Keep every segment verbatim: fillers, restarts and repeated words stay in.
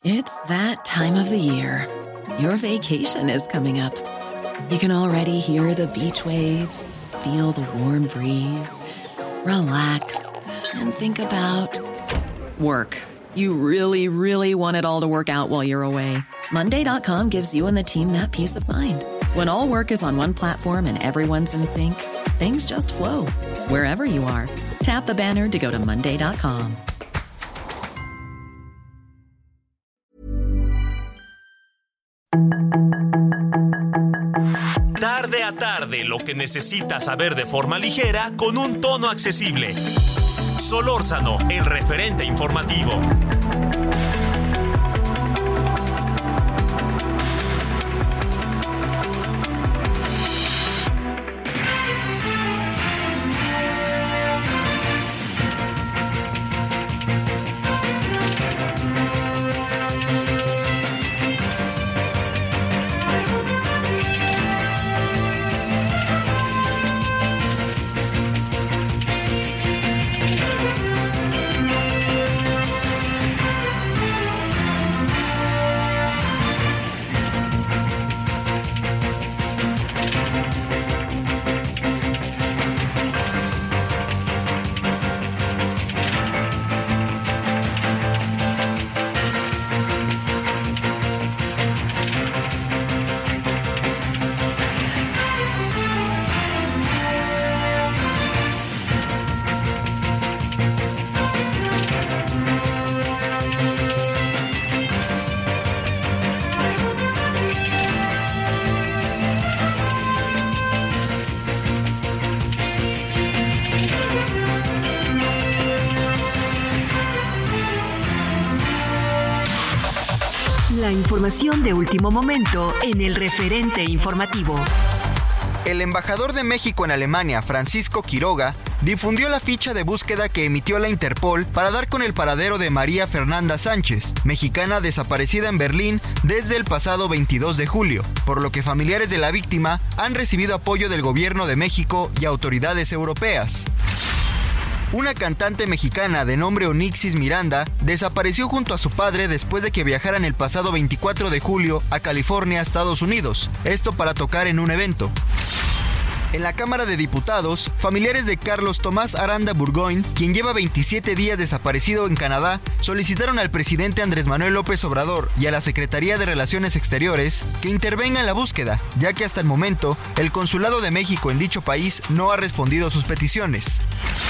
It's that time of the year. Your vacation is coming up. You can already hear the beach waves, feel the warm breeze, relax, and think about work. You really, really want it all to work out while you're away. Monday dot com gives you and the team that peace of mind. When all work is on one platform and everyone's in sync, things just flow. Wherever you are, tap the banner to go to Monday dot com. Tarde a tarde, lo que necesitas saber de forma ligera con un tono accesible. Solórzano, el referente informativo. La información de último momento en el referente informativo. El embajador de México en Alemania, Francisco Quiroga, difundió la ficha de búsqueda que emitió la Interpol para dar con el paradero de María Fernanda Sánchez, mexicana desaparecida en Berlín desde el pasado veintidós de julio, por lo que familiares de la víctima han recibido apoyo del gobierno de México y autoridades europeas. Una cantante mexicana de nombre Onixis Miranda desapareció junto a su padre después de que viajaran el pasado veinticuatro de julio a California, Estados Unidos, esto para tocar en un evento. En la Cámara de Diputados, familiares de Carlos Tomás Aranda Burgoyne, quien lleva veintisiete días desaparecido en Canadá, solicitaron al presidente Andrés Manuel López Obrador y a la Secretaría de Relaciones Exteriores que intervenga en la búsqueda, ya que hasta el momento el Consulado de México en dicho país no ha respondido a sus peticiones.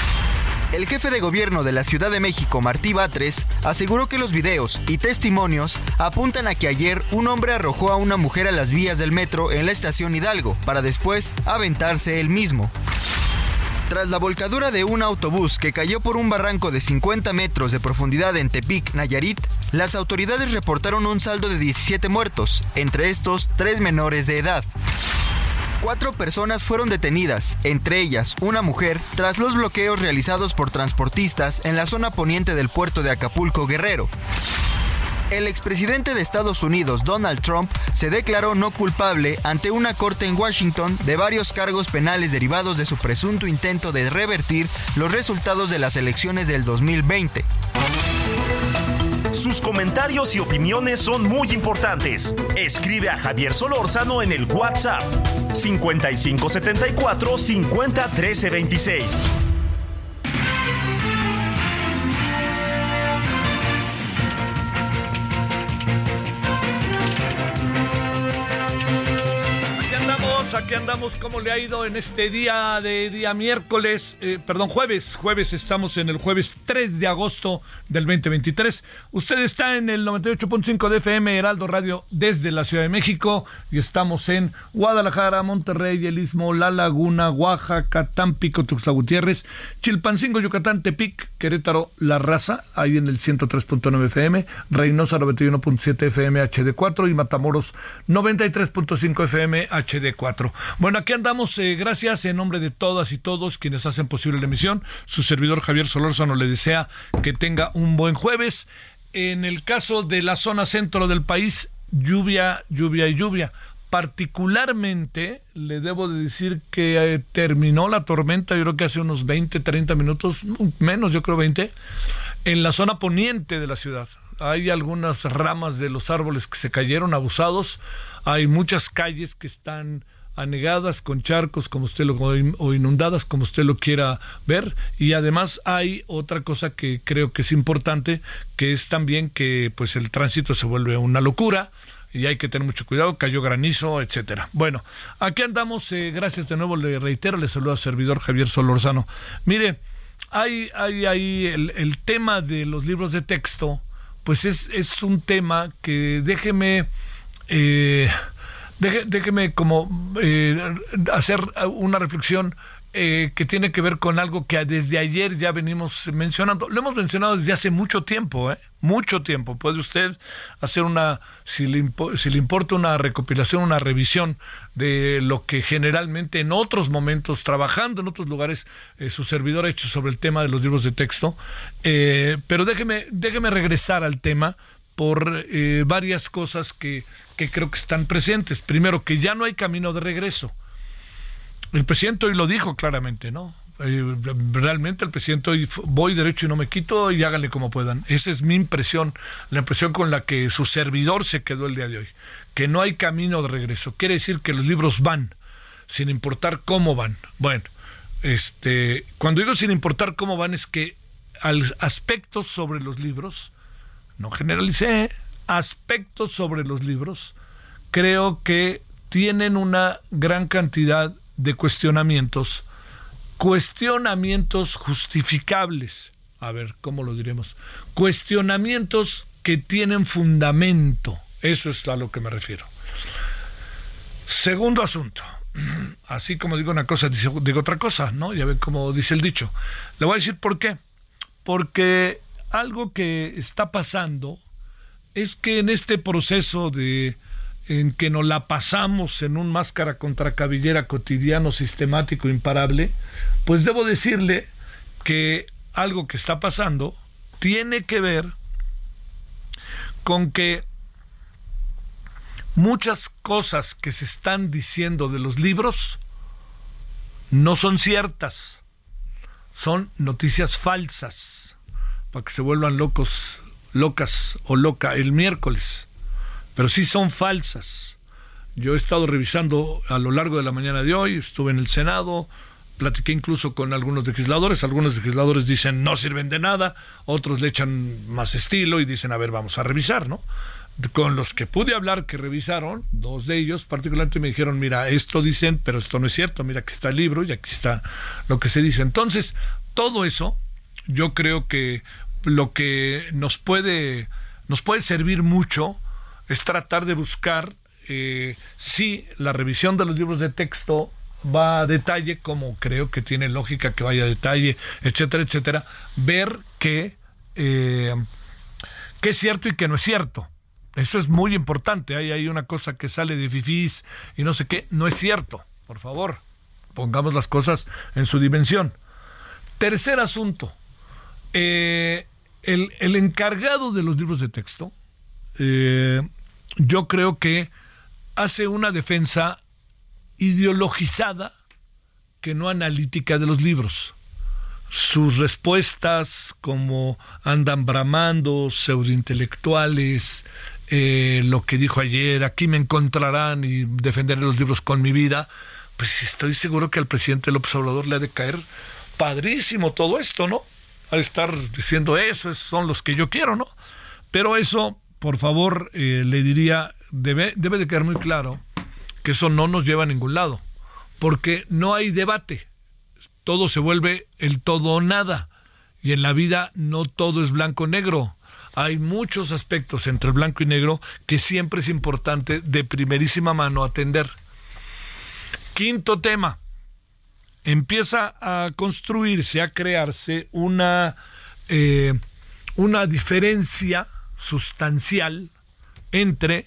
El jefe de gobierno de la Ciudad de México, Martí Batres, aseguró que los videos y testimonios apuntan a que ayer un hombre arrojó a una mujer a las vías del metro en la estación Hidalgo, para después aventarse él mismo. Tras la volcadura de un autobús que cayó por un barranco de cincuenta metros de profundidad en Tepic, Nayarit, las autoridades reportaron un saldo de diecisiete muertos, entre estos tres menores de edad. Cuatro personas fueron detenidas, entre ellas una mujer, tras los bloqueos realizados por transportistas en la zona poniente del puerto de Acapulco, Guerrero. El expresidente de Estados Unidos, Donald Trump, se declaró no culpable ante una corte en Washington de varios cargos penales derivados de su presunto intento de revertir los resultados de las elecciones del dos mil veinte. Sus comentarios y opiniones son muy importantes. Escribe a Javier Solórzano en el WhatsApp cincuenta y cinco setenta y cuatro cincuenta trece veintiséis. Aquí andamos, ¿cómo le ha ido en este día de día miércoles? Eh, perdón, jueves, jueves, estamos en el jueves tres de agosto del veinte veintitrés. Usted está en el noventa y ocho punto cinco de F M, Heraldo Radio, desde la Ciudad de México, y estamos en Guadalajara, Monterrey, El Istmo, La Laguna, Oaxaca, Tampico, Tuxtla Gutiérrez, Chilpancingo, Yucatán, Tepic, Querétaro, La Raza, ahí en el ciento tres punto nueve F M, Reynosa noventa y uno punto siete F M H D cuatro y Matamoros noventa y tres punto cinco F M H D cuatro. Bueno, aquí andamos, eh, gracias en nombre de todas y todos quienes hacen posible la emisión. Su servidor Javier Solórzano le desea que tenga un buen jueves. En el caso de la zona centro del país, lluvia, lluvia y lluvia. Particularmente, le debo de decir que eh, terminó la tormenta, yo creo que hace unos veinte, treinta minutos, menos, yo creo veinte, en la zona poniente de la ciudad. hay algunas ramas de los árboles que se cayeron abusados, hay muchas calles que están anegadas con charcos como usted lo o inundadas como usted lo quiera ver, y además hay otra cosa que creo que es importante, que es también que pues el tránsito se vuelve una locura y hay que tener mucho cuidado, cayó granizo, etcétera. Bueno, aquí andamos, eh, gracias de nuevo, le reitero, le saluda al servidor Javier Solórzano. Mire, hay hay hay el, el tema de los libros de texto, pues es es un tema que déjeme eh Deje, déjeme como eh, hacer una reflexión eh, que tiene que ver con algo que desde ayer ya venimos mencionando. Lo hemos mencionado desde hace mucho tiempo, ¿eh? Mucho tiempo. Puede usted hacer una, si le, impo, si le importa, una recopilación, una revisión de lo que generalmente en otros momentos, trabajando en otros lugares, eh, su servidor ha hecho sobre el tema de los libros de texto. Eh, pero déjeme, déjeme regresar al tema por eh, varias cosas que, que creo que están presentes. Primero, que ya no hay camino de regreso. El presidente hoy lo dijo claramente, ¿no? Eh, realmente el presidente hoy, voy derecho y no me quito, y háganle como puedan. Esa es mi impresión, la impresión con la que su servidor se quedó el día de hoy. Que no hay camino de regreso. Quiere decir que los libros van, sin importar cómo van. Bueno, este, cuando digo sin importar cómo van, es que al aspectos sobre los libros, no generalicé, aspectos sobre los libros, creo que tienen una gran cantidad de cuestionamientos, cuestionamientos justificables. A ver, ¿cómo lo diremos? Cuestionamientos que tienen fundamento. Eso es a lo que me refiero. Segundo asunto. Así como digo una cosa, digo otra cosa, ¿no? Ya ven cómo dice el dicho. Le voy a decir por qué. Porque algo que está pasando es que en este proceso de en que nos la pasamos en un máscara contra cabellera cotidiano, sistemático, imparable, pues debo decirle que algo que está pasando tiene que ver con que muchas cosas que se están diciendo de los libros no son ciertas, son noticias falsas, para que se vuelvan locos, locas o loca el miércoles, pero sí son falsas. Yo he estado revisando a lo largo de la mañana de hoy, estuve en el Senado, platiqué incluso con algunos legisladores, algunos legisladores dicen no sirven de nada, otros le echan más estilo y dicen a ver, vamos a revisar, ¿no? Con los que pude hablar que revisaron, dos de ellos particularmente me dijeron, mira, esto dicen, pero esto no es cierto, mira, aquí está el libro y aquí está lo que se dice. Entonces, todo eso, yo creo que lo que nos puede nos puede servir mucho es tratar de buscar eh, si la revisión de los libros de texto va a detalle, como creo que tiene lógica que vaya a detalle, etcétera, etcétera, ver que eh, qué es cierto y qué no es cierto. Eso es muy importante. Hay, hay una cosa que sale de fifís y no sé qué, no es cierto. Por favor, pongamos las cosas en su dimensión. Tercer asunto. Eh, el, el encargado de los libros de texto, eh, yo creo que hace una defensa ideologizada que no analítica de los libros. Sus respuestas, como andan bramando, pseudointelectuales, eh, lo que dijo ayer, aquí me encontrarán y defenderé los libros con mi vida, pues estoy seguro que al presidente López Obrador le ha de caer padrísimo todo esto, ¿no? Ha de estar diciendo eso, esos son los que yo quiero, ¿no? Pero eso, por favor, eh, le diría, debe, debe de quedar muy claro que eso no nos lleva a ningún lado, porque no hay debate. Todo se vuelve el todo o nada, y en la vida no todo es blanco o negro. Hay muchos aspectos entre el blanco y negro que siempre es importante de primerísima mano atender. Quinto tema, empieza a construirse, a crearse una, eh, una diferencia sustancial entre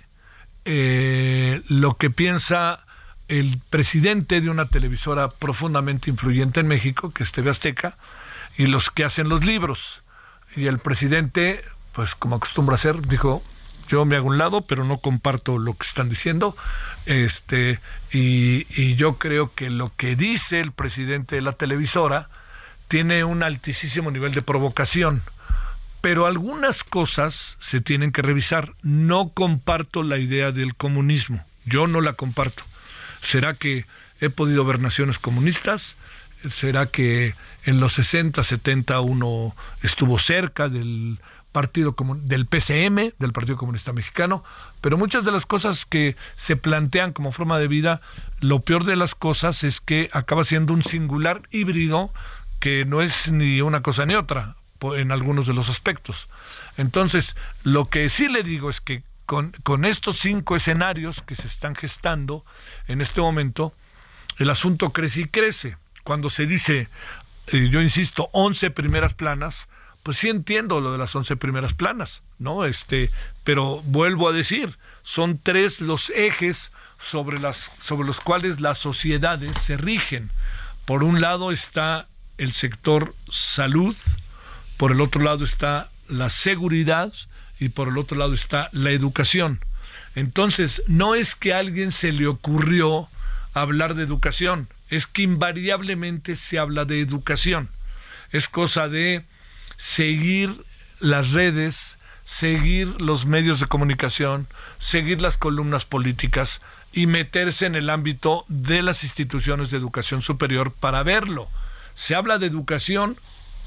eh, lo que piensa el presidente de una televisora profundamente influyente en México, que es T V Azteca, y los que hacen los libros. Y el presidente, pues como acostumbra hacer, dijo, yo me hago un lado, pero no comparto lo que están diciendo, este y, y yo creo que lo que dice el presidente de la televisora tiene un altísimo nivel de provocación, pero algunas cosas se tienen que revisar. No comparto la idea del comunismo, yo no la comparto. ¿Será que he podido ver naciones comunistas? ¿Será que en los sesenta, setenta uno estuvo cerca del partido del P C M, del Partido Comunista Mexicano? Pero muchas de las cosas que se plantean como forma de vida, lo peor de las cosas es que acaba siendo un singular híbrido que no es ni una cosa ni otra en algunos de los aspectos. Entonces, lo que sí le digo es que con, con estos cinco escenarios que se están gestando en este momento, el asunto crece y crece. Cuando se dice, eh, yo insisto, once primeras planas, pues sí entiendo lo de las once primeras planas, ¿no? Este, pero vuelvo a decir, son tres los ejes sobre las, sobre los cuales las sociedades se rigen. Por un lado está el sector salud, por el otro lado está la seguridad y por el otro lado está la educación. Entonces, no es que a alguien se le ocurrió hablar de educación, es que invariablemente se habla de educación. Es cosa de seguir las redes, seguir los medios de comunicación, seguir las columnas políticas y meterse en el ámbito de las instituciones de educación superior para verlo. Se habla de educación,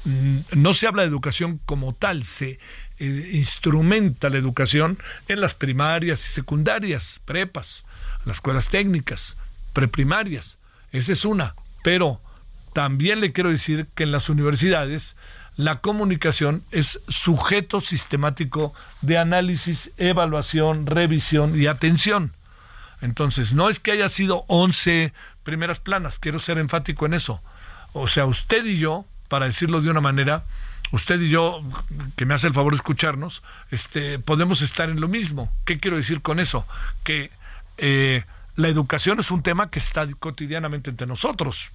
no se habla de educación como tal, se eh, instrumenta la educación en las primarias y secundarias, prepas, las escuelas técnicas, preprimarias. Esa es una, pero también le quiero decir que en las universidades la comunicación es sujeto sistemático de análisis, evaluación, revisión y atención. Entonces, no es que haya sido once primeras planas, quiero ser enfático en eso. O sea, usted y yo, para decirlo de una manera, usted y yo, que me hace el favor de escucharnos, este, podemos estar en lo mismo. ¿Qué quiero decir con eso? Que eh, la educación es un tema que está cotidianamente entre nosotros.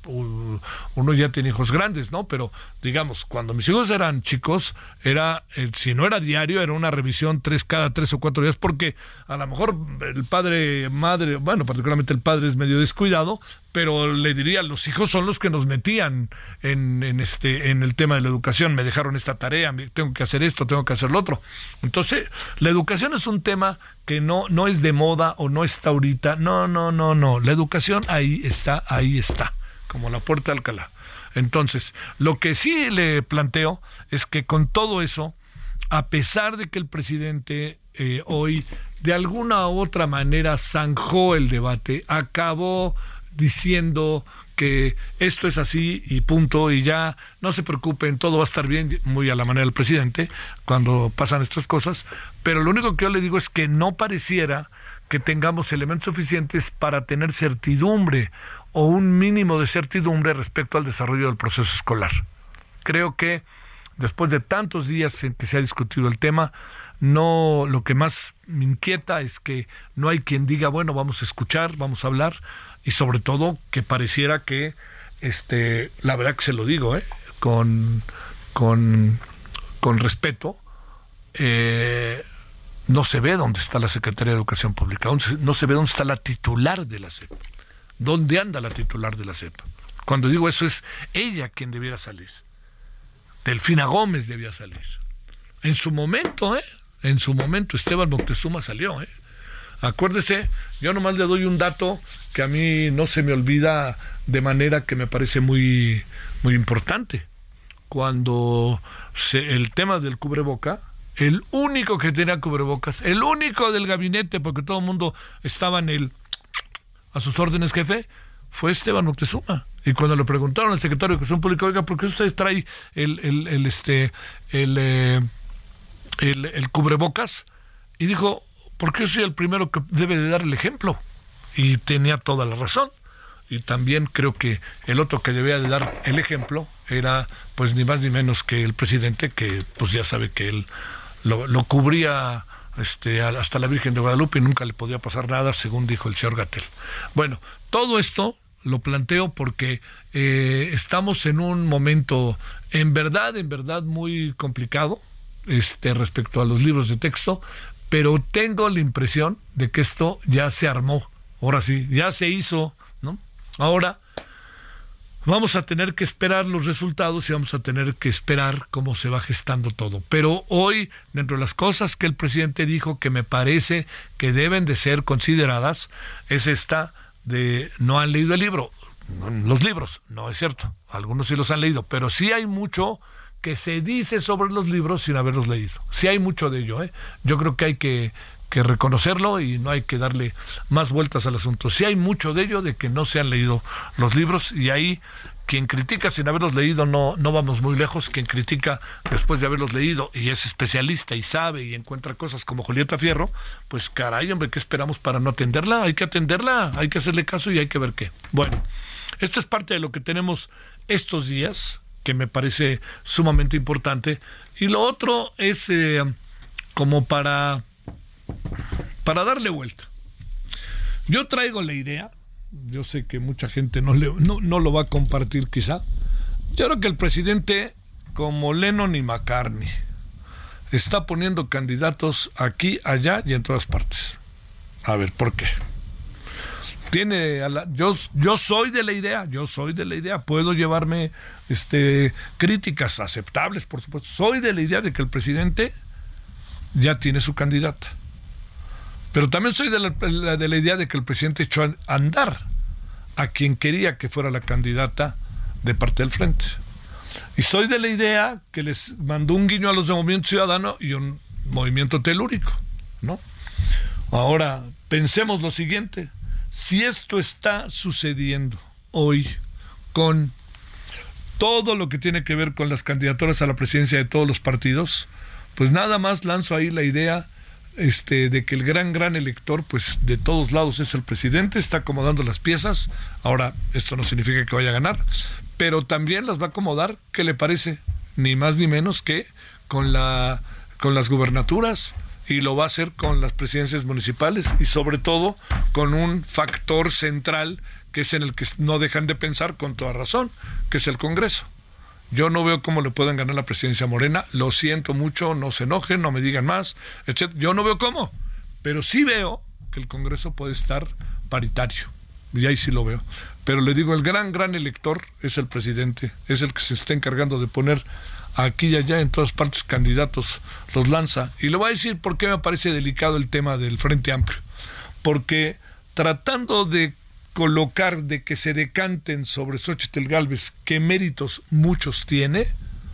Uno ya tiene hijos grandes, ¿no? Pero, digamos, cuando mis hijos eran chicos, era, eh, si no era diario, era una revisión tres cada tres o cuatro días, porque a lo mejor el padre, madre, bueno, particularmente el padre es medio descuidado, pero le diría, los hijos son los que nos metían en, en este en el tema de la educación. Me dejaron esta tarea, tengo que hacer esto, tengo que hacer lo otro. Entonces, la educación es un tema que no, no es de moda o no está ahorita. No, no, no, no. La educación ahí está, ahí está, como la puerta de Alcalá. Entonces, lo que sí le planteo es que con todo eso, a pesar de que el presidente eh, hoy de alguna u otra manera zanjó el debate, acabó diciendo que esto es así y punto, y ya no se preocupen, todo va a estar bien, muy a la manera del presidente cuando pasan estas cosas, pero lo único que yo le digo es que no pareciera que tengamos elementos suficientes para tener certidumbre o un mínimo de certidumbre respecto al desarrollo del proceso escolar. Creo que después de tantos días en que se ha discutido el tema, no, lo que más me inquieta es que no hay quien diga, bueno, vamos a escuchar, vamos a hablar, y sobre todo que pareciera que, este, la verdad que se lo digo, ¿eh? con, con, con respeto, eh, no se ve dónde está la Secretaría de Educación Pública, no se ve dónde está la titular de la S E P. ¿Dónde anda la titular de la S E P? Cuando digo eso, es ella quien debiera salir. Delfina Gómez debía salir. En su momento, ¿eh? En su momento, Esteban Moctezuma salió, ¿eh? Acuérdese, yo nomás le doy un dato que a mí no se me olvida de manera que me parece muy, muy importante. Cuando se, el tema del cubreboca, el único que tenía cubrebocas, el único del gabinete, porque todo el mundo estaba en el a sus órdenes, jefe, fue Esteban Moctezuma. Y cuando le preguntaron al secretario de Educación Pública, oiga, ¿por qué usted trae el, el, el este el, eh, el, el cubrebocas? Y dijo, porque yo soy el primero que debe de dar el ejemplo. Y tenía toda la razón. Y también creo que el otro que debía de dar el ejemplo era, pues, ni más ni menos que el presidente, que pues ya sabe que él lo, lo cubría este, hasta la Virgen de Guadalupe y nunca le podía pasar nada, según dijo el señor Gatell. Bueno, todo esto lo planteo porque eh, estamos en un momento en verdad, en verdad muy complicado este, respecto a los libros de texto, pero tengo la impresión de que esto ya se armó, ahora sí, ya se hizo, ¿no? Ahora, vamos a tener que esperar los resultados y vamos a tener que esperar cómo se va gestando todo. Pero hoy, dentro de las cosas que el presidente dijo que me parece que deben de ser consideradas, es esta de no han leído el libro. Los libros, no es cierto, algunos sí los han leído, pero sí hay mucho que se dice sobre los libros sin haberlos leído. Sí hay mucho de ello, ¿eh? Yo creo que hay que, que reconocerlo y no hay que darle más vueltas al asunto. Sí hay mucho de ello, de que no se han leído los libros, y ahí quien critica sin haberlos leído no, no vamos muy lejos. Quien critica después de haberlos leído y es especialista y sabe y encuentra cosas como Julieta Fierro, pues caray, hombre, ¿qué esperamos para no atenderla? Hay que atenderla, hay que hacerle caso y hay que ver qué. Bueno, esto es parte de lo que tenemos estos días, que me parece sumamente importante. Y lo otro es eh, como para, para darle vuelta. Yo traigo la idea, yo sé que mucha gente no, le, no, no lo va a compartir quizá. Yo creo que el presidente, como Lennon y McCartney, está poniendo candidatos aquí, allá y en todas partes. A ver, ¿por qué? Tiene a la, yo, yo soy de la idea, yo soy de la idea, puedo llevarme este, críticas aceptables, por supuesto. Soy de la idea de que el presidente ya tiene su candidata. Pero también soy de la, de la idea de que el presidente echó a andar a quien quería que fuera la candidata de parte del Frente. Y soy de la idea que les mandó un guiño a los de Movimiento Ciudadano y un movimiento telúrico, ¿no? Ahora, pensemos lo siguiente. Si esto está sucediendo hoy con todo lo que tiene que ver con las candidaturas a la presidencia de todos los partidos, pues nada más lanzo ahí la idea este, de que el gran, gran elector, pues de todos lados es el presidente, está acomodando las piezas. Ahora, esto no significa que vaya a ganar, pero también las va a acomodar, ¿qué le parece? Ni más ni menos que con la, con las gubernaturas. Y lo va a hacer con las presidencias municipales y sobre todo con un factor central que es en el que no dejan de pensar con toda razón, que es el Congreso. Yo no veo cómo le puedan ganar la presidencia a Morena, lo siento mucho, no se enojen, no me digan más, etcétera. Yo no veo cómo, pero sí veo que el Congreso puede estar paritario, y ahí sí lo veo. Pero le digo, el gran, gran elector es el presidente, es el que se está encargando de poner aquí y allá en todas partes candidatos, los lanza. Y le voy a decir por qué me parece delicado el tema del Frente Amplio. Porque tratando de colocar, de que se decanten sobre Xóchitl Gálvez, qué méritos muchos tiene,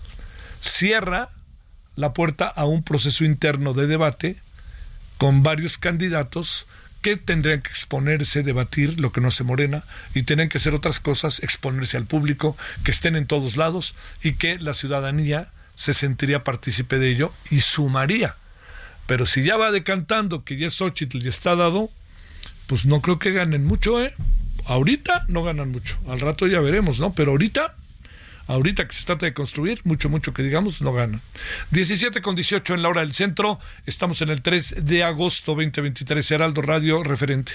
cierra la puerta a un proceso interno de debate con varios candidatos que tendrían que exponerse, debatir lo que no hace Morena, y tienen que hacer otras cosas, exponerse al público, que estén en todos lados y que la ciudadanía se sentiría partícipe de ello y sumaría. Pero si ya va decantando que ya es Xóchitl y está dado, pues no creo que ganen mucho, ¿eh? Ahorita no ganan mucho, al rato ya veremos, ¿no? Pero ahorita, ahorita que se trata de construir, mucho, mucho que digamos, no ganan. diecisiete con dieciocho en la hora del centro, estamos en el tres de agosto veinte veintitrés, Heraldo Radio, referente.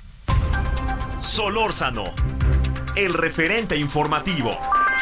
Solórzano, el referente informativo.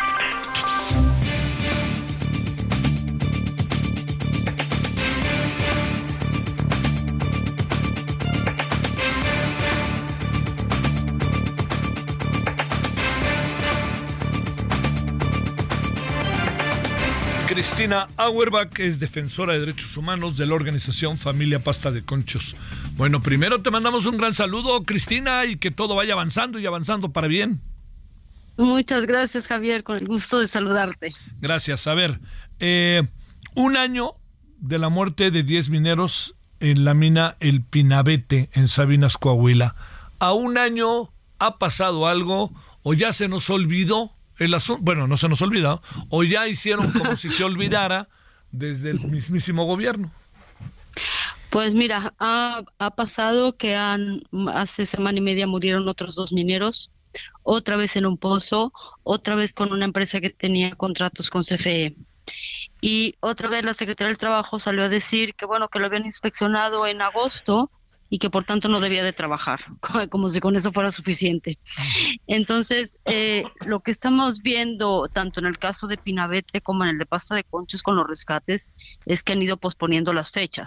Cristina Auerbach es defensora de derechos humanos de la organización Familia Pasta de Conchos. Bueno, primero te mandamos un gran saludo, Cristina, y que todo vaya avanzando y avanzando para bien. Muchas gracias, Javier, con el gusto de saludarte. Gracias. A ver, eh, un año de la muerte de diez mineros en la mina El Pinabete, en Sabinas, Coahuila. ¿A un año ha pasado algo o ya se nos olvidó el asunto? Bueno, no se nos olvidó, o ya hicieron como si se olvidara desde el mismísimo gobierno. Pues mira, ha, ha pasado que han, hace semana y media murieron otros dos mineros, otra vez en un pozo, otra vez con una empresa que tenía contratos con C F E. Y otra vez la Secretaría del Trabajo salió a decir que bueno, que lo habían inspeccionado en agosto y que por tanto no debía de trabajar, como si con eso fuera suficiente. Entonces, eh, lo que estamos viendo, tanto en el caso de Pinabete como en el de Pasta de Conchos con los rescates, es que han ido posponiendo las fechas.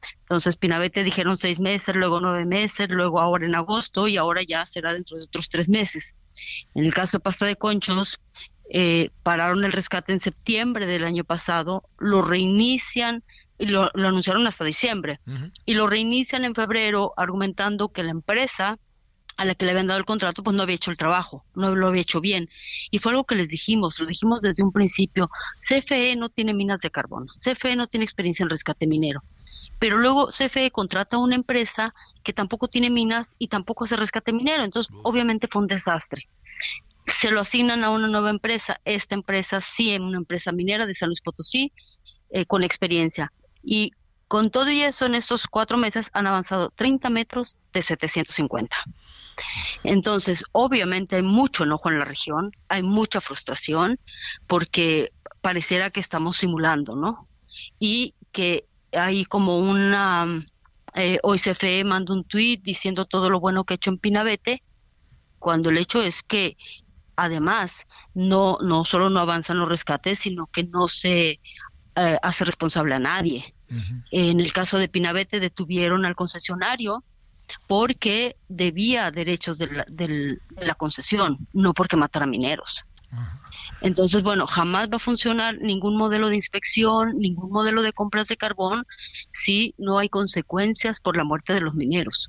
Entonces Pinabete dijeron seis meses, luego nueve meses, luego ahora en agosto y ahora ya será dentro de otros tres meses. En el caso de Pasta de Conchos, eh, pararon el rescate en septiembre del año pasado, lo reinician, y lo, lo anunciaron hasta diciembre, uh-huh. y lo reinician en febrero argumentando que la empresa a la que le habían dado el contrato pues no había hecho el trabajo, no lo había hecho bien. Y fue algo que les dijimos, lo dijimos desde un principio, C F E no tiene minas de carbón, C F E no tiene experiencia en rescate minero. Pero luego C F E contrata a una empresa que tampoco tiene minas y tampoco hace rescate minero, entonces obviamente fue un desastre. Se lo asignan a una nueva empresa, esta empresa sí es una empresa minera de San Luis Potosí, eh, con experiencia. Y con todo y eso, en estos cuatro meses han avanzado treinta metros de setecientos cincuenta. Entonces, obviamente hay mucho enojo en la región, hay mucha frustración, porque pareciera que estamos simulando, ¿no? Y que hay como una, eh, hoy C F E manda un tuit diciendo todo lo bueno que ha hecho en Pinabete, cuando el hecho es que además no, no solo no avanzan los rescates, sino que no se eh, hace responsable a nadie. Uh-huh. En el caso de Pinabete detuvieron al concesionario porque debía derechos de la, de la concesión, no porque matara mineros. Entonces, bueno, jamás va a funcionar ningún modelo de inspección, ningún modelo de compras de carbón si no hay consecuencias por la muerte de los mineros.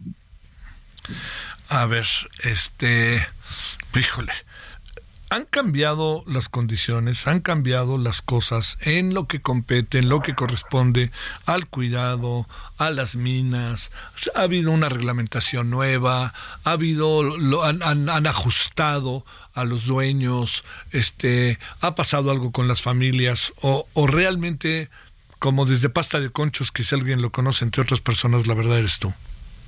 A ver, este, híjole, han cambiado las condiciones, han cambiado las cosas en lo que compete, en lo que corresponde al cuidado, a las minas. Ha habido una reglamentación nueva, ha habido, lo, han, han, han ajustado a los dueños, este, ha pasado algo con las familias, o, o realmente, como desde Pasta de Conchos, que si alguien lo conoce entre otras personas, la verdad eres tú.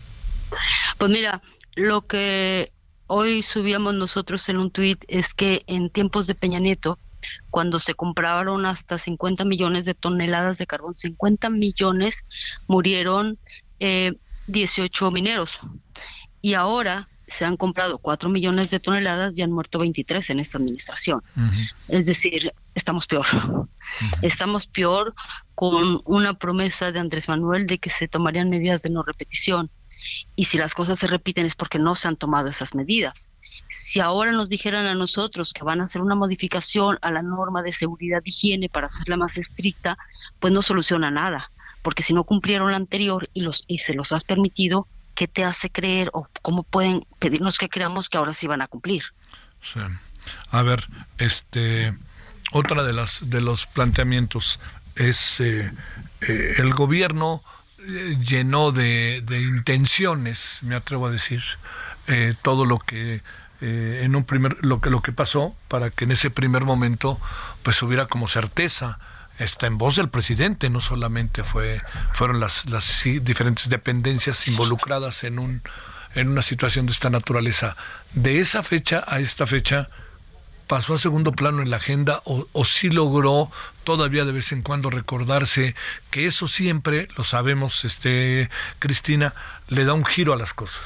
Pues mira, lo que hoy subíamos nosotros en un tuit es que en tiempos de Peña Nieto, cuando se compraron hasta cincuenta millones de toneladas de carbón, cincuenta millones, murieron eh, dieciocho mineros. Y ahora se han comprado cuatro millones de toneladas y han muerto veintitrés en esta administración. Uh-huh. Es decir, estamos peor. Uh-huh. Estamos peor con una promesa de Andrés Manuel de que se tomarían medidas de no repetición. Y si las cosas se repiten es porque no se han tomado esas medidas. Si ahora nos dijeran a nosotros que van a hacer una modificación a la norma de seguridad y higiene para hacerla más estricta, pues no soluciona nada, porque si no cumplieron la anterior y, los, y se los has permitido, ¿qué te hace creer o cómo pueden pedirnos que creamos que ahora sí van a cumplir? Sí. A ver, este, otra de las de los planteamientos es eh, eh, el gobierno llenó de, de intenciones, me atrevo a decir, eh, todo lo que eh, en un primer lo que lo que pasó para que en ese primer momento pues hubiera como certeza. Está en voz del presidente, no solamente fue fueron las las sí, diferentes dependencias involucradas en un en una situación de esta naturaleza. De esa fecha a esta fecha, ¿pasó a segundo plano en la agenda o, o sí logró todavía de vez en cuando recordarse que eso siempre, lo sabemos, este Cristina, le da un giro a las cosas?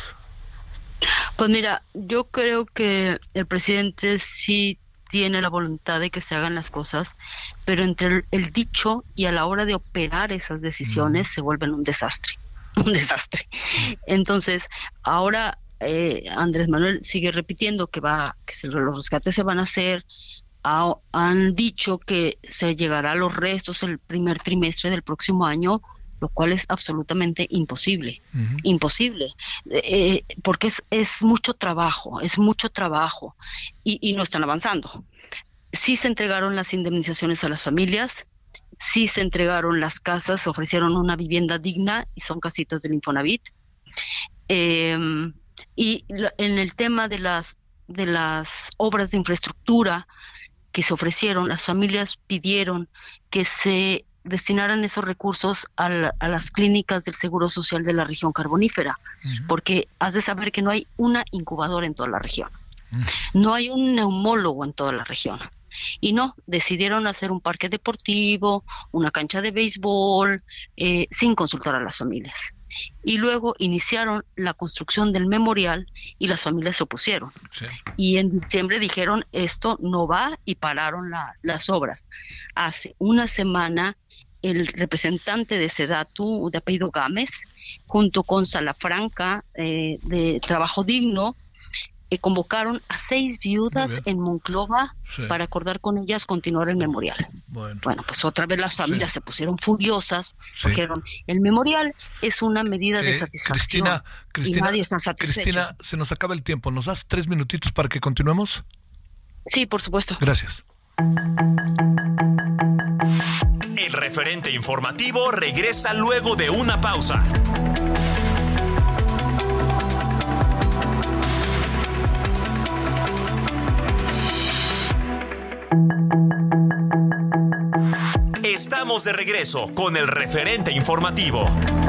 Pues mira, yo creo que el presidente sí tiene la voluntad de que se hagan las cosas, pero entre el, el dicho y a la hora de operar esas decisiones mm. se vuelven un desastre, un desastre. Entonces, ahora Eh, Andrés Manuel sigue repitiendo que va que se, los rescates se van a hacer. Ha, han dicho que se llegará a los restos el primer trimestre del próximo año, lo cual es absolutamente imposible, uh-huh. imposible, eh, porque es, es mucho trabajo, es mucho trabajo y, y no están avanzando. Sí se entregaron las indemnizaciones a las familias, sí se entregaron las casas, ofrecieron una vivienda digna y son casitas del Infonavit. Eh, Y en el tema de las de las obras de infraestructura que se ofrecieron, las familias pidieron que se destinaran esos recursos a, la, a las clínicas del Seguro Social de la región carbonífera, uh-huh. porque has de saber que no hay una incubadora en toda la región, uh-huh. no hay un neumólogo en toda la región. Y no, decidieron hacer un parque deportivo, una cancha de béisbol, eh, sin consultar a las familias. Y luego iniciaron la construcción del memorial y las familias se opusieron. Sí. Y en diciembre dijeron esto no va y pararon la, las obras. Hace una semana el representante de Sedatu, de apellido Gámez, junto con Salafranca, eh, de Trabajo Digno, eh, convocaron a seis viudas en Monclova sí. para acordar con ellas continuar el memorial. Bueno, bueno pues otra vez las familias sí. se pusieron furiosas, sí. porque el memorial es una medida eh, de satisfacción. Cristina, Cristina, y nadie está satisfecho. Cristina, se nos acaba el tiempo. ¿Nos das tres minutitos para que continuemos? Sí, por supuesto. Gracias. El referente informativo regresa luego de una pausa. Estamos de regreso con el referente informativo.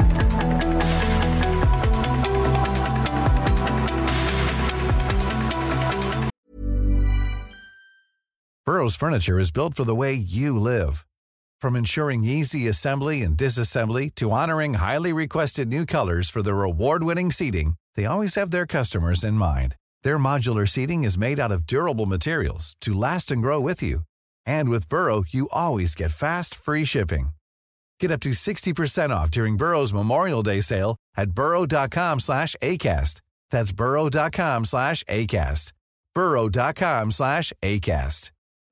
Burrow's furniture is built for the way you live. From ensuring easy assembly and disassembly to honoring highly requested new colors for their award-winning seating, they always have their customers in mind. Their modular seating is made out of durable materials to last and grow with you. And with Burrow, you always get fast, free shipping. Get up to sixty percent off during Burrow's Memorial Day sale at burrow.com slash ACAST. That's burrow.com slash ACAST. burrow.com slash ACAST.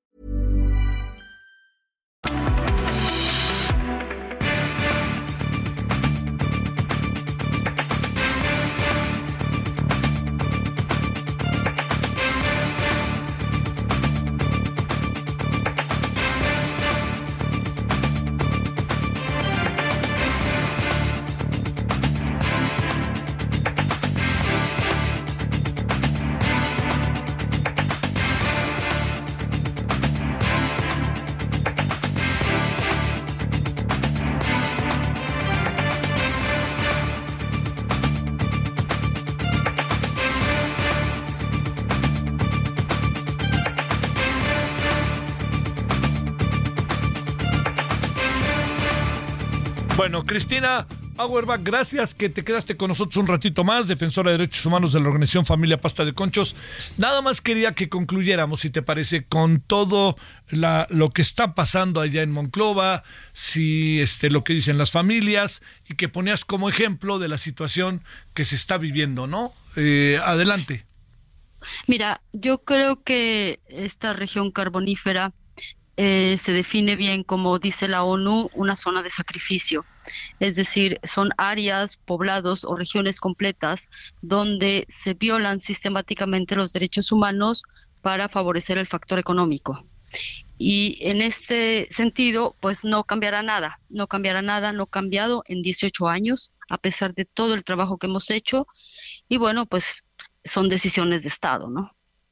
Bueno, Cristina Auerbach, gracias que te quedaste con nosotros un ratito más, defensora de derechos humanos de la organización Familia Pasta de Conchos. Nada más quería que concluyéramos, si te parece, con todo la, lo que está pasando allá en Monclova, si este, lo que dicen las familias, y que ponías como ejemplo de la situación que se está viviendo, ¿no? Eh, adelante. Mira, yo creo que esta región carbonífera Eh, se define bien, como dice la ONU, una zona de sacrificio. Es decir, son áreas, poblados o regiones completas donde se violan sistemáticamente los derechos humanos para favorecer el factor económico. Y en este sentido, pues no cambiará nada, no cambiará nada, no ha cambiado en dieciocho años, a pesar de todo el trabajo que hemos hecho. Y bueno, pues son decisiones de Estado, ¿no?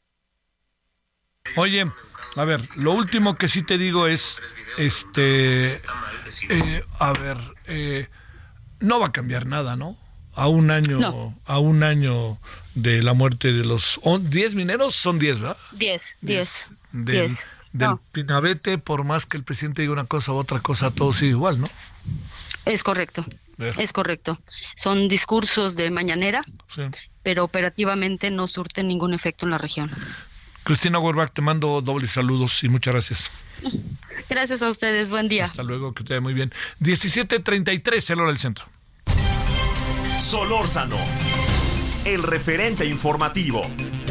Oye, a ver, lo último que sí te digo es, este, eh, a ver, eh, no va a cambiar nada, ¿no? A un año, no. a un año de la muerte de los diez mineros, son diez, ¿verdad? Diez, diez, del, diez. Del no. Pinabete, por más que el presidente diga una cosa u otra cosa, todo sigue igual, ¿no? Es correcto, eh. es correcto. Son discursos de mañanera, sí. pero operativamente no surten ningún efecto en la región. Cristina Auerbach, te mando dobles saludos y muchas gracias. Gracias a ustedes, buen día. Hasta luego, que te vaya muy bien. diecisiete treinta y tres, el hora del centro. Solórzano, el referente informativo.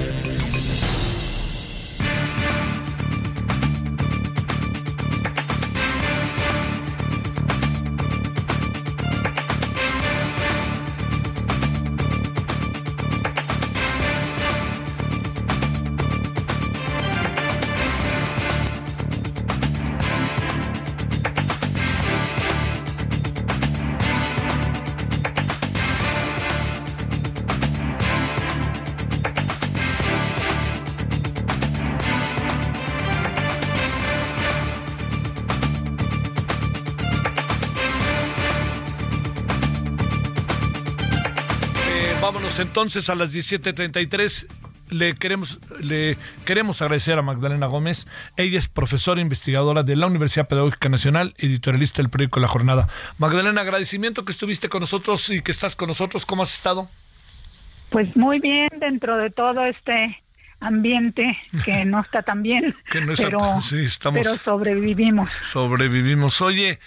Vámonos entonces a las diecisiete treinta y tres. Le queremos, le queremos agradecer a Magdalena Gómez. Ella es profesora investigadora de la Universidad Pedagógica Nacional, editorialista del periódico La Jornada. Magdalena, agradecimiento que estuviste con nosotros y que estás con nosotros. ¿Cómo has estado? Pues muy bien, dentro de todo este ambiente que no está tan bien, que no está, pero, sí, estamos, pero sobrevivimos. Sobrevivimos. Oye,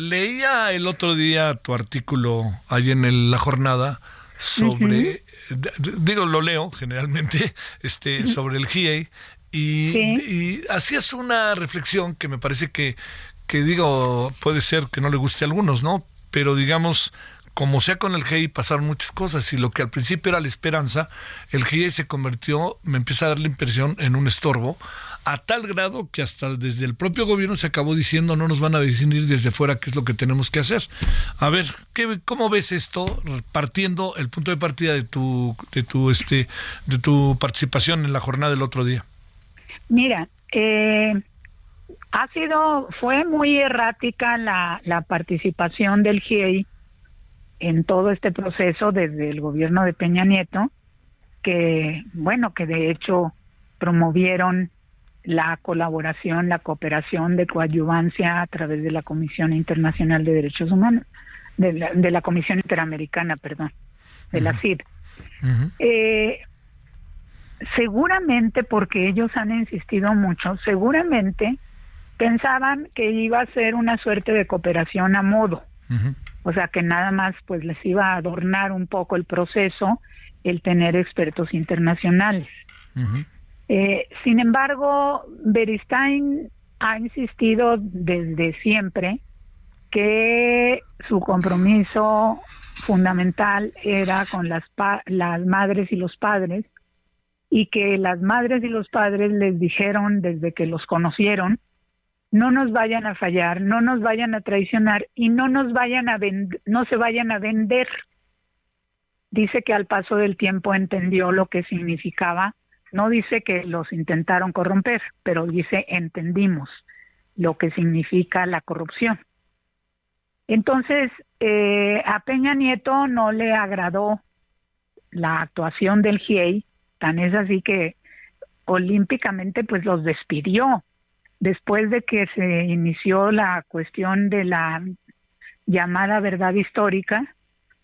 Leía el otro día tu artículo ahí en el, La Jornada sobre, uh-huh. d- d- digo, lo leo generalmente, este, uh-huh. sobre el G I E y, sí. y hacías una reflexión que me parece que, que digo, puede ser que no le guste a algunos, ¿no? Pero digamos, como sea con el G I E pasaron muchas cosas y lo que al principio era la esperanza, el G I E se convirtió, me empieza a dar la impresión, en un estorbo, a tal grado que hasta desde el propio gobierno se acabó diciendo no nos van a definir desde fuera qué es lo que tenemos que hacer. A ver, ¿qué, cómo ves esto partiendo el punto de partida de tu de tu este de tu participación en la jornada del otro día? Mira, eh, ha sido fue muy errática la la participación del G I E en todo este proceso desde el gobierno de Peña Nieto, que bueno, que de hecho promovieron la colaboración, la cooperación de coadyuvancia a través de la Comisión Internacional de Derechos Humanos, de la, de la Comisión Interamericana, perdón, de uh-huh. la C I D. Uh-huh. Eh, seguramente, porque ellos han insistido mucho, seguramente pensaban que iba a ser una suerte de cooperación a modo, uh-huh. o sea, que nada más pues les iba a adornar un poco el proceso el tener expertos internacionales. Uh-huh. Eh, sin embargo, Beristain ha insistido desde siempre que su compromiso fundamental era con las, pa- las madres y los padres, y que las madres y los padres les dijeron desde que los conocieron, no nos vayan a fallar, no nos vayan a traicionar y no nos vayan a vend- no se vayan a vender. Dice que al paso del tiempo entendió lo que significaba. No dice que los intentaron corromper, pero dice entendimos lo que significa la corrupción. Entonces, eh, a Peña Nieto no le agradó la actuación del G I E I, tan es así que olímpicamente pues los despidió después de que se inició la cuestión de la llamada verdad histórica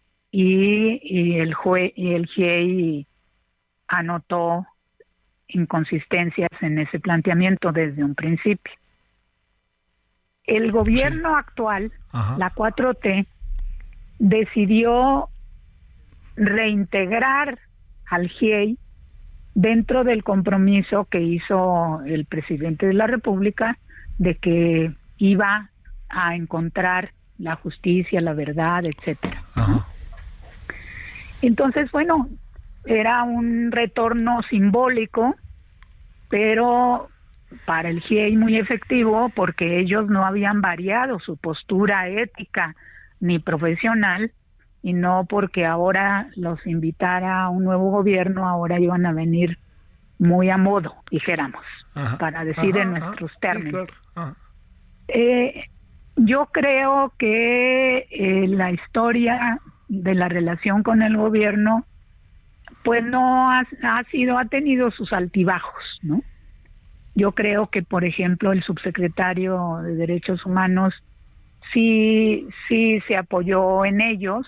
y, y el jue, y el G I E I anotó inconsistencias en ese planteamiento desde un principio. El gobierno sí. actual, Ajá. la cuatro T, decidió reintegrar al G I E I dentro del compromiso que hizo el presidente de la República de que iba a encontrar la justicia, la verdad, etcétera. Ajá. Entonces, bueno, era un retorno simbólico, pero para el G I E I muy efectivo, porque ellos no habían variado su postura ética ni profesional, y no porque ahora los invitara a un nuevo gobierno, ahora iban a venir muy a modo, dijéramos, ajá, para decir ajá, en nuestros ajá, términos. Sí, claro. eh, yo creo que eh, la historia de la relación con el gobierno pues no ha, ha sido, ha tenido sus altibajos, ¿no? Yo creo que, por ejemplo, el subsecretario de Derechos Humanos sí, sí se apoyó en ellos,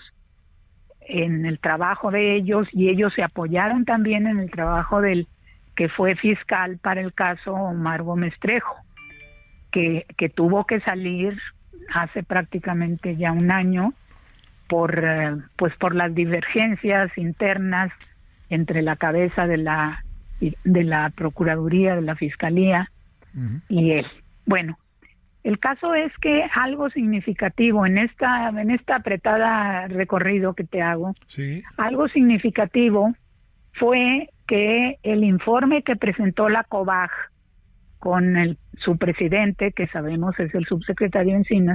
en el trabajo de ellos, y ellos se apoyaron también en el trabajo del que fue fiscal para el caso Omar Gómez Trejo, que, que tuvo que salir hace prácticamente ya un año por, eh, pues por las divergencias internas entre la cabeza de la de la Procuraduría, de la Fiscalía uh-huh. y él. Bueno, el caso es que algo significativo en esta en esta apretada recorrido que te hago, sí. algo significativo fue que el informe que presentó la COBAG con el su presidente, que sabemos es el subsecretario Encinas,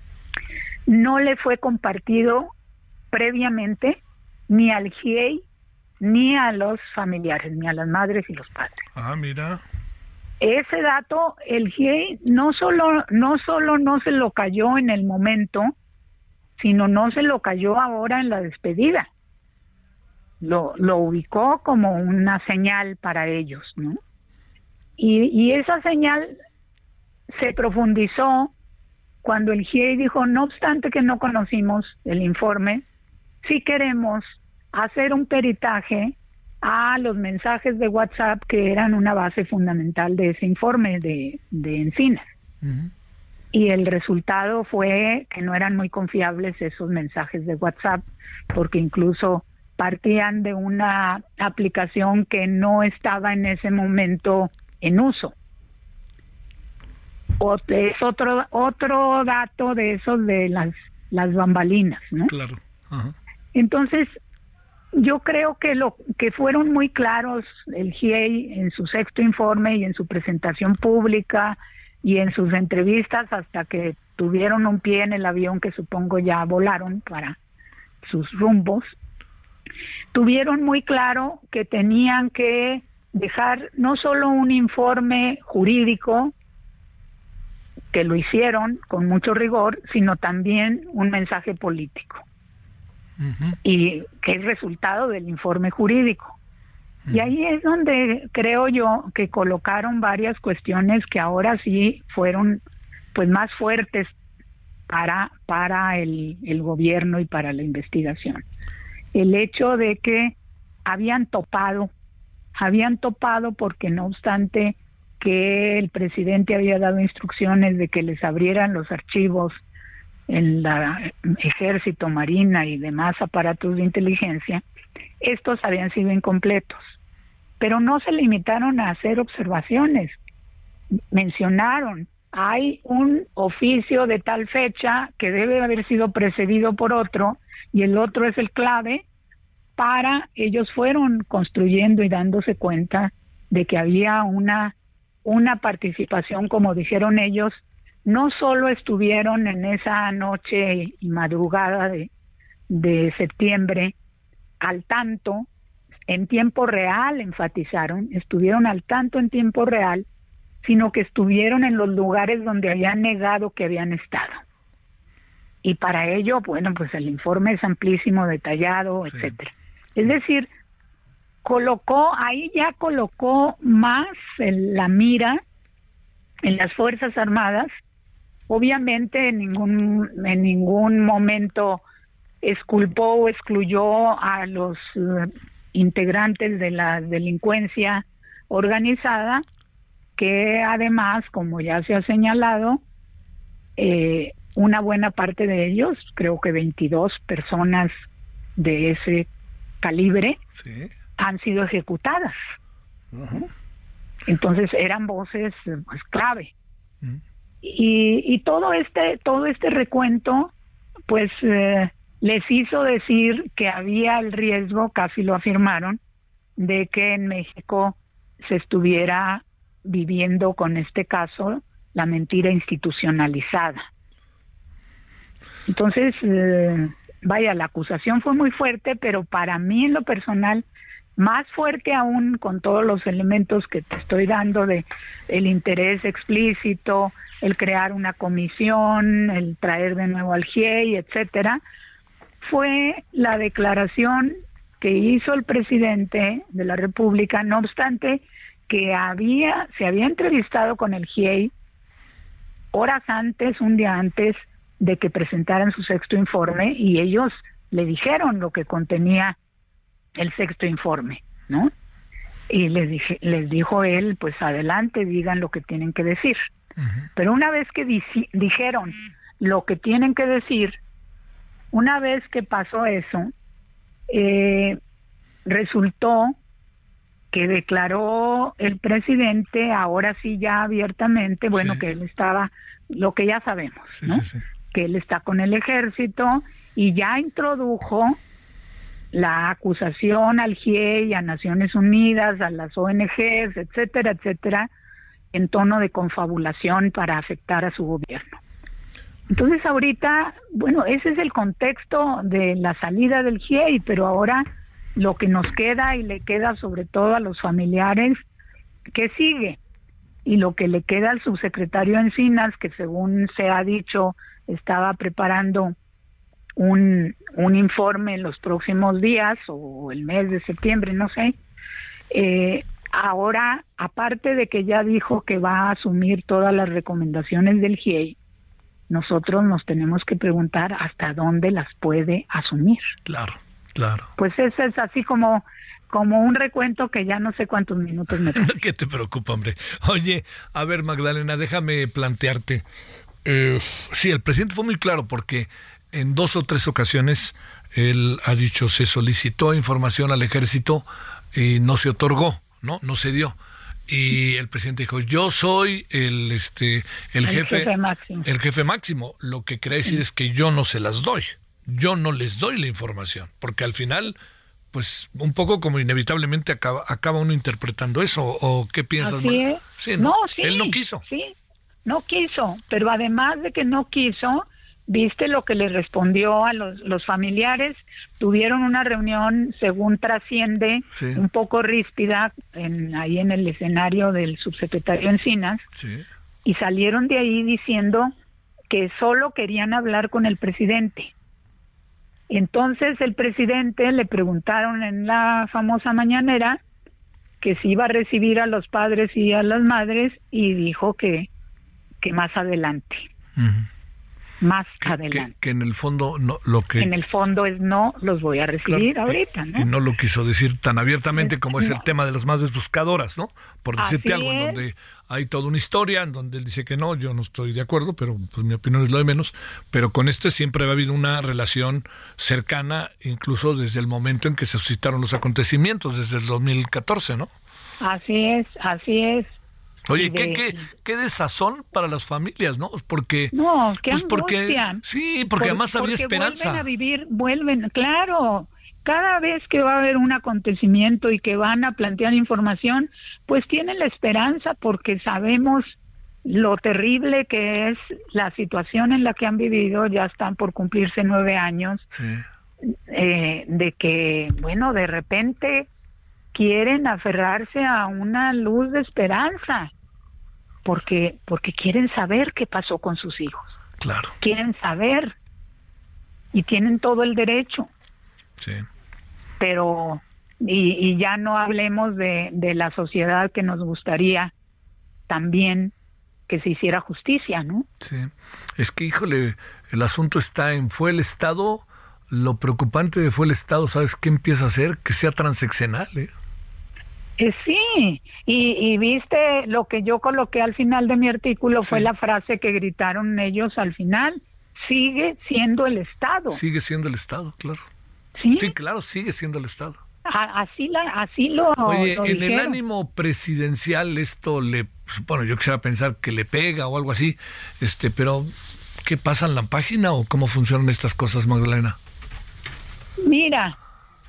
no le fue compartido previamente ni al G I E I ni a los familiares, ni a las madres y los padres. Ah, mira. Ese dato, el G I E I no solo, no solo no se lo cayó en el momento, sino no se lo cayó ahora en la despedida. Lo, lo ubicó como una señal para ellos, ¿no? Y, y esa señal se profundizó cuando el G I E I dijo, no obstante que no conocimos el informe, sí queremos hacer un peritaje a los mensajes de WhatsApp que eran una base fundamental de ese informe de, de Encinas. Uh-huh. y el resultado fue que no eran muy confiables esos mensajes de WhatsApp, porque incluso partían de una aplicación que no estaba en ese momento en uso. O es otro otro dato de esos de las las bambalinas, ¿no? Claro. Ajá. Entonces, yo creo que lo que fueron muy claros el G I E I en su sexto informe y en su presentación pública y en sus entrevistas hasta que tuvieron un pie en el avión que supongo ya volaron para sus rumbos, tuvieron muy claro que tenían que dejar no solo un informe jurídico, que lo hicieron con mucho rigor, sino también un mensaje político. Uh-huh. Y que es resultado del informe jurídico. Uh-huh. Y ahí es donde creo yo que colocaron varias cuestiones que ahora sí fueron pues más fuertes para, para el, el gobierno y para la investigación. El hecho de que habían topado, habían topado porque no obstante que el presidente había dado instrucciones de que les abrieran los archivos en la Ejército, Marina y demás aparatos de inteligencia, estos habían sido incompletos. Pero no se limitaron a hacer observaciones. Mencionaron, hay un oficio de tal fecha que debe haber sido precedido por otro, y el otro es el clave, para ellos fueron construyendo y dándose cuenta de que había una, una participación, como dijeron ellos. No solo estuvieron en esa noche y madrugada de, de septiembre al tanto, en tiempo real, enfatizaron, estuvieron al tanto en tiempo real, sino que estuvieron en los lugares donde habían negado que habían estado. Y para ello, bueno, pues el informe es amplísimo, detallado, sí, etcétera. Es decir, colocó, ahí ya colocó más en la mira en las Fuerzas Armadas. Obviamente en ningún en ningún momento exculpó o excluyó a los uh, integrantes de la delincuencia organizada, que además, como ya se ha señalado, eh, una buena parte de ellos, creo que veintidós personas de ese calibre, sí, han sido ejecutadas. Uh-huh. Entonces eran voces pues clave. Uh-huh. Y, y todo este todo este recuento pues eh, les hizo decir que había el riesgo, casi lo afirmaron, de que en México se estuviera viviendo con este caso la mentira institucionalizada. Entonces, eh, vaya, la acusación fue muy fuerte, pero para mí en lo personal, más fuerte aún con todos los elementos que te estoy dando de el interés explícito, el crear una comisión, el traer de nuevo al G I E I, etcétera, fue la declaración que hizo el presidente de la República, no obstante que había se había entrevistado con el G I E I horas antes, un día antes de que presentaran su sexto informe, y ellos le dijeron lo que contenía el sexto informe, ¿no? Y les dije, les dijo él, pues adelante, digan lo que tienen que decir. Uh-huh. Pero una vez que di- dijeron lo que tienen que decir, una vez que pasó eso, eh, resultó que declaró el presidente, ahora sí ya abiertamente, bueno, sí, que él estaba, lo que ya sabemos, sí, ¿no? Sí, sí. Que él está con el ejército, y ya introdujo la acusación al G I E I, a Naciones Unidas, a las O N Ges, etcétera, etcétera, en tono de confabulación para afectar a su gobierno. Entonces ahorita, bueno, ese es el contexto de la salida del G I E I, pero ahora lo que nos queda y le queda sobre todo a los familiares, ¿qué sigue? Y lo que le queda al subsecretario Encinas, que según se ha dicho estaba preparando un, un informe en los próximos días o el mes de septiembre, no sé. Eh, ahora, aparte de que ya dijo que va a asumir todas las recomendaciones del G I E I, nosotros nos tenemos que preguntar hasta dónde las puede asumir. Claro, claro. Pues eso es así como, como un recuento que ya no sé cuántos minutos me toman. ¿Qué te preocupa, hombre? Oye, a ver, Magdalena, déjame plantearte. eh, sí, el presidente fue muy claro porque en dos o tres ocasiones él ha dicho se solicitó información al ejército y no se otorgó, no, no se dio. Y el presidente dijo, yo soy el este el, el jefe, jefe máximo. El jefe máximo. Lo que quiere decir es que yo no se las doy. Yo no les doy la información, porque al final, pues, un poco como inevitablemente acaba, acaba uno interpretando eso. ¿O qué piensas? Así es. Sí, ¿no? No, sí, él no quiso. Sí, no quiso. Pero además de que no quiso, viste lo que le respondió a los, los familiares. Tuvieron una reunión, según trasciende, sí. un poco ríspida, en, ahí en el escenario del subsecretario Encinas, sí. y salieron de ahí diciendo que solo querían hablar con el presidente. Entonces el presidente le preguntaron en la famosa mañanera que si iba a recibir a los padres y a las madres, y dijo que, que más adelante. Uh-huh. Más que, adelante. Que, que en el fondo no, lo que en el fondo es no los voy a recibir claro, ahorita, ¿no? Y no lo quiso decir tan abiertamente es, como es no. el tema de las madres buscadoras, ¿no? Por decirte Así algo, es. en donde hay toda una historia, en donde él dice que no, yo no estoy de acuerdo, pero pues mi opinión es lo de menos. Pero con este siempre ha habido una relación cercana, incluso desde el momento en que se suscitaron los acontecimientos, desde el dos mil catorce, ¿no? Así es, así es. Oye, ¿qué, qué, qué desazón para las familias, ¿no? Porque... No, qué pues angustia. Porque, sí, porque Por, además había porque esperanza. Vuelven a vivir, vuelven, claro. Cada vez que va a haber un acontecimiento y que van a plantear información, pues tienen la esperanza porque sabemos lo terrible que es la situación en la que han vivido. Ya están por cumplirse nueve años. Sí. Eh, de que, bueno, de repente quieren aferrarse a una luz de esperanza. Porque, porque quieren saber qué pasó con sus hijos. Claro. Quieren saber y tienen todo el derecho. Sí. Pero, y, y ya no hablemos de, de la sociedad que nos gustaría también que se hiciera justicia, ¿no? Sí. Es que, híjole, el asunto está en, fue el Estado, lo preocupante de fue el Estado, ¿sabes qué empieza a hacer? Que sea transeccional, ¿eh? Eh, sí, y, y viste lo que yo coloqué al final de mi artículo, sí. fue la frase que gritaron ellos al final, sigue siendo el Estado. Sigue siendo el Estado, claro. Sí, sí claro, sigue siendo el Estado. A, así, la, así lo Oye, lo en dijeron. el ánimo presidencial esto le, bueno, yo quisiera pensar que le pega o algo así, este, pero ¿qué pasa en la página o cómo funcionan estas cosas, Magdalena? Mira,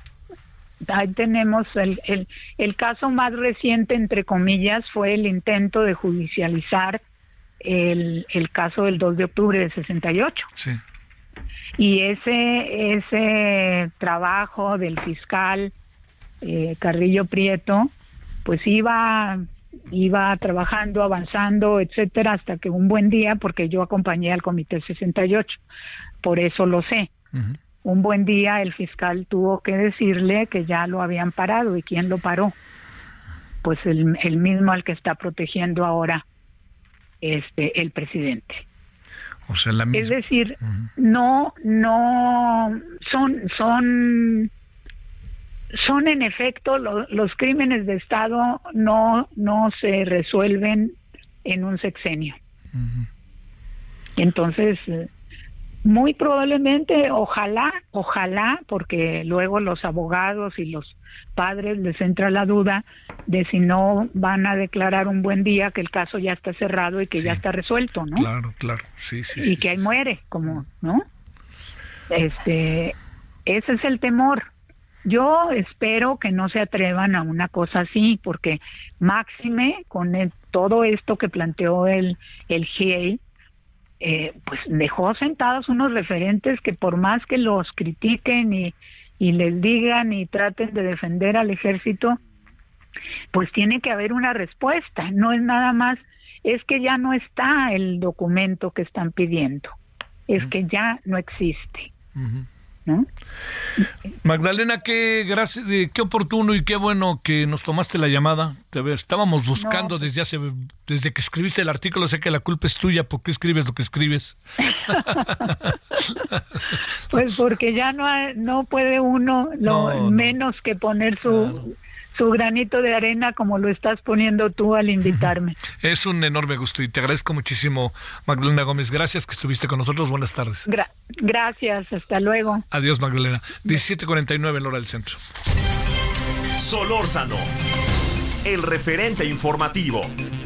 ahí tenemos el, el, el caso más reciente, entre comillas, fue el intento de judicializar el, el caso del dos de octubre de sesenta y ocho. Sí. Y ese, ese trabajo del fiscal eh, Carrillo Prieto, pues iba, iba trabajando, avanzando, etcétera, hasta que un buen día, porque yo acompañé al Comité sesenta y ocho, por eso lo sé. Uh-huh. Un buen día el fiscal tuvo que decirle que ya lo habían parado. ¿Y quién lo paró? Pues el, el mismo al que está protegiendo ahora este el presidente. O sea, la misma. Es decir, uh-huh. no, no, son, son, son en efecto lo, los crímenes de Estado no, no se resuelven en un sexenio. Uh-huh. Entonces, muy probablemente, ojalá, ojalá, porque luego los abogados y los padres les entra la duda de si no van a declarar un buen día que el caso ya está cerrado y que sí. ya está resuelto, ¿no? Claro, claro, sí, sí. Y sí, que ahí sí, muere, como, ¿no? Este, ese es el temor. Yo espero que no se atrevan a una cosa así, porque máxime con el, todo esto que planteó el, el G I E I, Eh, pues dejó sentados unos referentes que por más que los critiquen y, y les digan y traten de defender al ejército, pues tiene que haber una respuesta. No es nada más, es que ya no está el documento que están pidiendo, es uh-huh. que ya no existe. Uh-huh. ¿No? Magdalena, qué gracias, qué oportuno y qué bueno que nos tomaste la llamada. Te ves, estábamos buscando no. desde hace, desde que escribiste el artículo. Sé que la culpa es tuya. ¿Por qué escribes lo que escribes? Pues porque ya no hay, no puede uno lo no, menos no. que poner su claro. su granito de arena como lo estás poniendo tú al invitarme. Es un enorme gusto y te agradezco muchísimo, Magdalena Gómez. Gracias que estuviste con nosotros. Buenas tardes. Gra- gracias, hasta luego. Adiós, Magdalena. diecisiete cuarenta y nueve en la hora del centro. Solórzano, el referente informativo.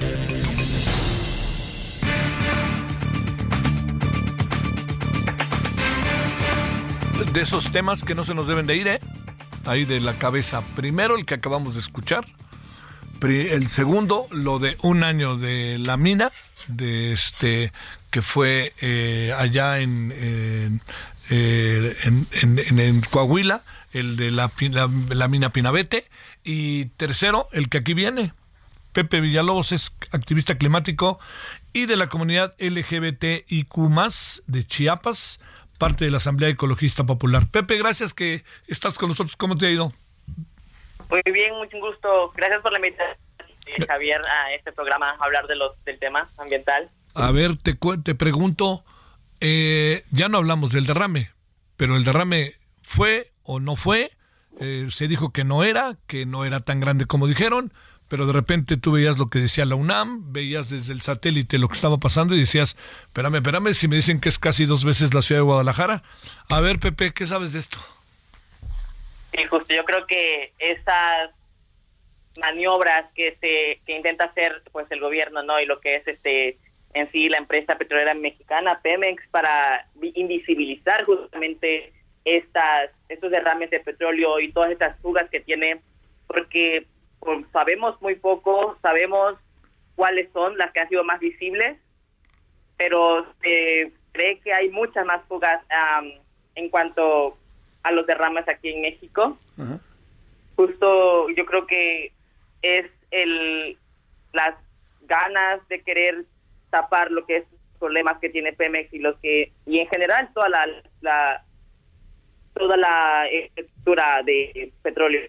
De esos temas que no se nos deben de ir, ¿eh? Ahí de la cabeza. Primero, el que acabamos de escuchar. El segundo, lo de un año de la mina, de este que fue eh, allá en, en, eh, en, en, en Coahuila, el de la, la, la mina Pinabete. Y tercero, el que aquí viene. Pepe Villalobos es activista climático y de la comunidad L G B T I Q más, de Chiapas, parte de la Asamblea Ecologista Popular. Pepe, gracias que estás con nosotros. ¿Cómo te ha ido? Muy bien, mucho gusto. Gracias por la invitación, Javier, a este programa, a hablar de los, del tema ambiental. A ver, te, te pregunto, eh, ya no hablamos del derrame, pero el derrame fue o no fue. Eh, se dijo que no era, que no era tan grande como dijeron, pero de repente tú veías lo que decía la UNAM, veías desde el satélite lo que estaba pasando y decías, espérame, espérame, si me dicen que es casi dos veces la ciudad de Guadalajara. A ver, Pepe, ¿qué sabes de esto? Sí, justo, yo creo que esas maniobras que se que intenta hacer pues el gobierno, ¿no? Y lo que es este en sí la empresa petrolera mexicana, Pemex, para invisibilizar justamente estas estos derrames de petróleo y todas estas fugas que tiene, porque pues, sabemos muy poco, sabemos cuáles son las que han sido más visibles, pero se cree que hay muchas más fugas um, en cuanto a los derrames aquí en México. Uh-huh. Justo yo creo que es el las ganas de querer tapar lo que es los problemas que tiene Pemex y los que y en general toda la, la toda la estructura de petróleo.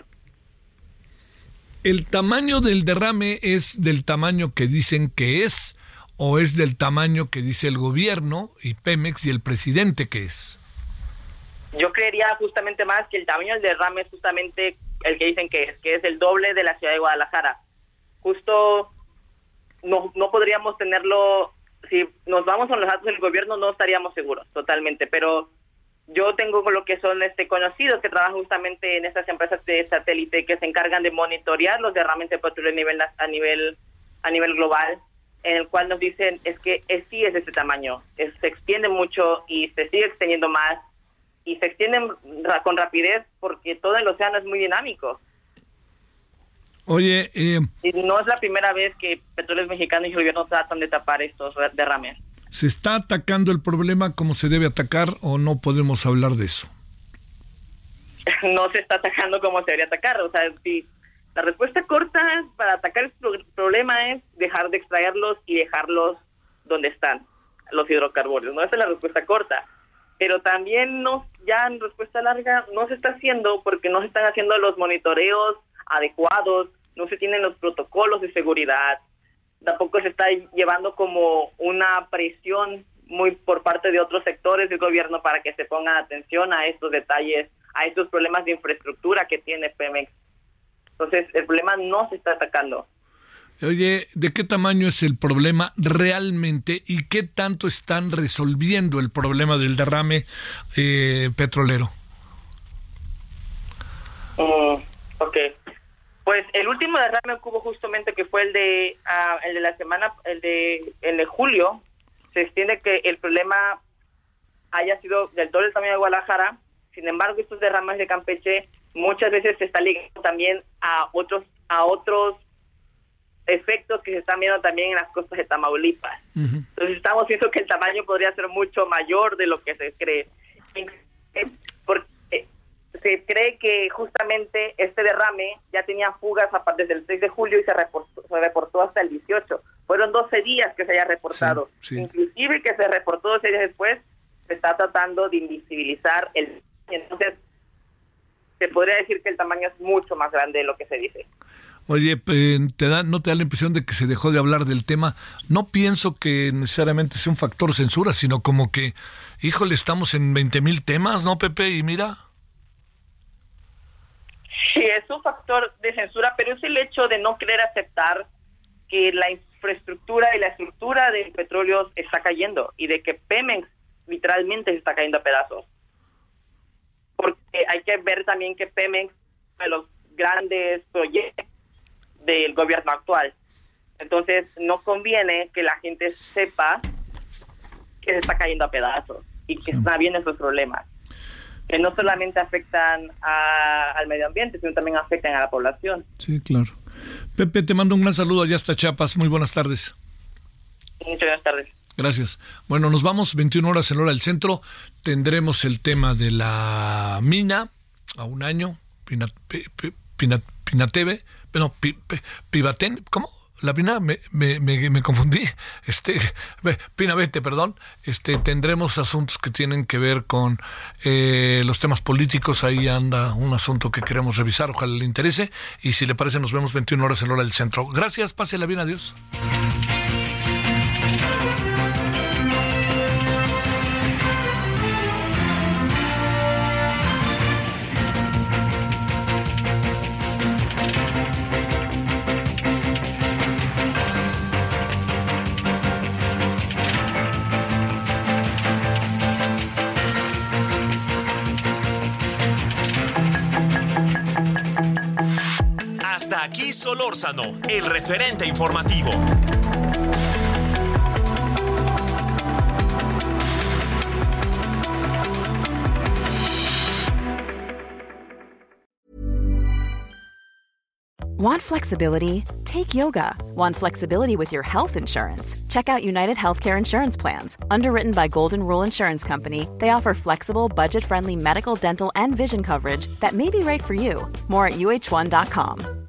¿El tamaño del derrame es del tamaño que dicen que es o es del tamaño que dice el gobierno y Pemex y el presidente que es? Yo creería justamente más que el tamaño del derrame es justamente el que dicen que es, que es el doble de la ciudad de Guadalajara. Justo no, no podríamos tenerlo, si nos vamos con los datos del gobierno no estaríamos seguros totalmente, pero yo tengo lo que son este conocidos que trabajan justamente en estas empresas de satélite que se encargan de monitorear los derrames de petróleo a nivel a nivel a nivel global, en el cual nos dicen es que es, sí es de este tamaño, es, se extiende mucho y se sigue extendiendo más y se extienden ra- con rapidez porque todo el océano es muy dinámico. Oye, eh, y no es la primera vez que Petróleos Mexicanos y el gobierno tratan de tapar estos derrames. ¿Se está atacando el problema como se debe atacar o no podemos hablar de eso? No se está atacando como se debería atacar. O sea, si la respuesta corta para atacar el problema es dejar de extraerlos y dejarlos donde están, los hidrocarburos. No, esa es la respuesta corta. Pero también no, ya en respuesta larga no se está haciendo porque no se están haciendo los monitoreos adecuados, no se tienen los protocolos de seguridad. Tampoco se está llevando como una presión muy por parte de otros sectores del gobierno para que se pongan atención a estos detalles, a estos problemas de infraestructura que tiene Pemex. Entonces, el problema no se está atacando. Oye, ¿de qué tamaño es el problema realmente y qué tanto están resolviendo el problema del derrame eh, petrolero? Mm, ok. Pues el último derrame que hubo justamente que fue el de uh, el de la semana, el de el de julio, se extiende que el problema haya sido del todo el tamaño de Guadalajara. Sin embargo, estos derrames de Campeche muchas veces se están ligando también a otros a otros efectos que se están viendo también en las costas de Tamaulipas. Uh-huh. Entonces estamos viendo que el tamaño podría ser mucho mayor de lo que se cree. Porque se cree que justamente este derrame ya tenía fugas desde el seis de julio y se reportó, se reportó hasta el dieciocho. Fueron doce días que se haya reportado. Sí, sí. Inclusive que se reportó doce días después, se está tratando de invisibilizar el... Entonces, se podría decir que el tamaño es mucho más grande de lo que se dice. Oye, ¿te da, ¿no te da la impresión de que se dejó de hablar del tema? No pienso que necesariamente sea un factor censura, sino como que, híjole, estamos en veinte mil temas, ¿no, Pepe? Y mira... Sí, es un factor de censura, pero es el hecho de no querer aceptar que la infraestructura y la estructura del petróleo está cayendo y de que Pemex literalmente se está cayendo a pedazos. Porque hay que ver también que Pemex es uno de los grandes proyectos del gobierno actual. Entonces no conviene que la gente sepa que se está cayendo a pedazos y que sí. Está bien esos problemas, que no solamente afectan a, al medio ambiente, sino también afectan a la población. Sí, claro. Pepe, te mando un gran saludo allá hasta Chiapas. Muy buenas tardes. Muchas buenas tardes. Gracias. Bueno, nos vamos, veintiuna horas en hora del centro. Tendremos el tema de la mina a un año. Pina, Pina, Pinateve, no, Pivatén, ¿cómo? La Pina, me, me, me, me confundí, este, Pinabete, perdón, este, tendremos asuntos que tienen que ver con eh, los temas políticos, ahí anda un asunto que queremos revisar, ojalá le interese, y si le parece nos vemos veintiuna horas en hora del centro. Gracias, pásela bien, adiós. Hasta aquí Solórzano, el referente informativo. Want flexibility? Take yoga. Want flexibility with your health insurance? Check out United Healthcare Insurance Plans. Underwritten by Golden Rule Insurance Company, they offer flexible, budget-friendly medical, dental, and vision coverage that may be right for you. More at U H one dot com.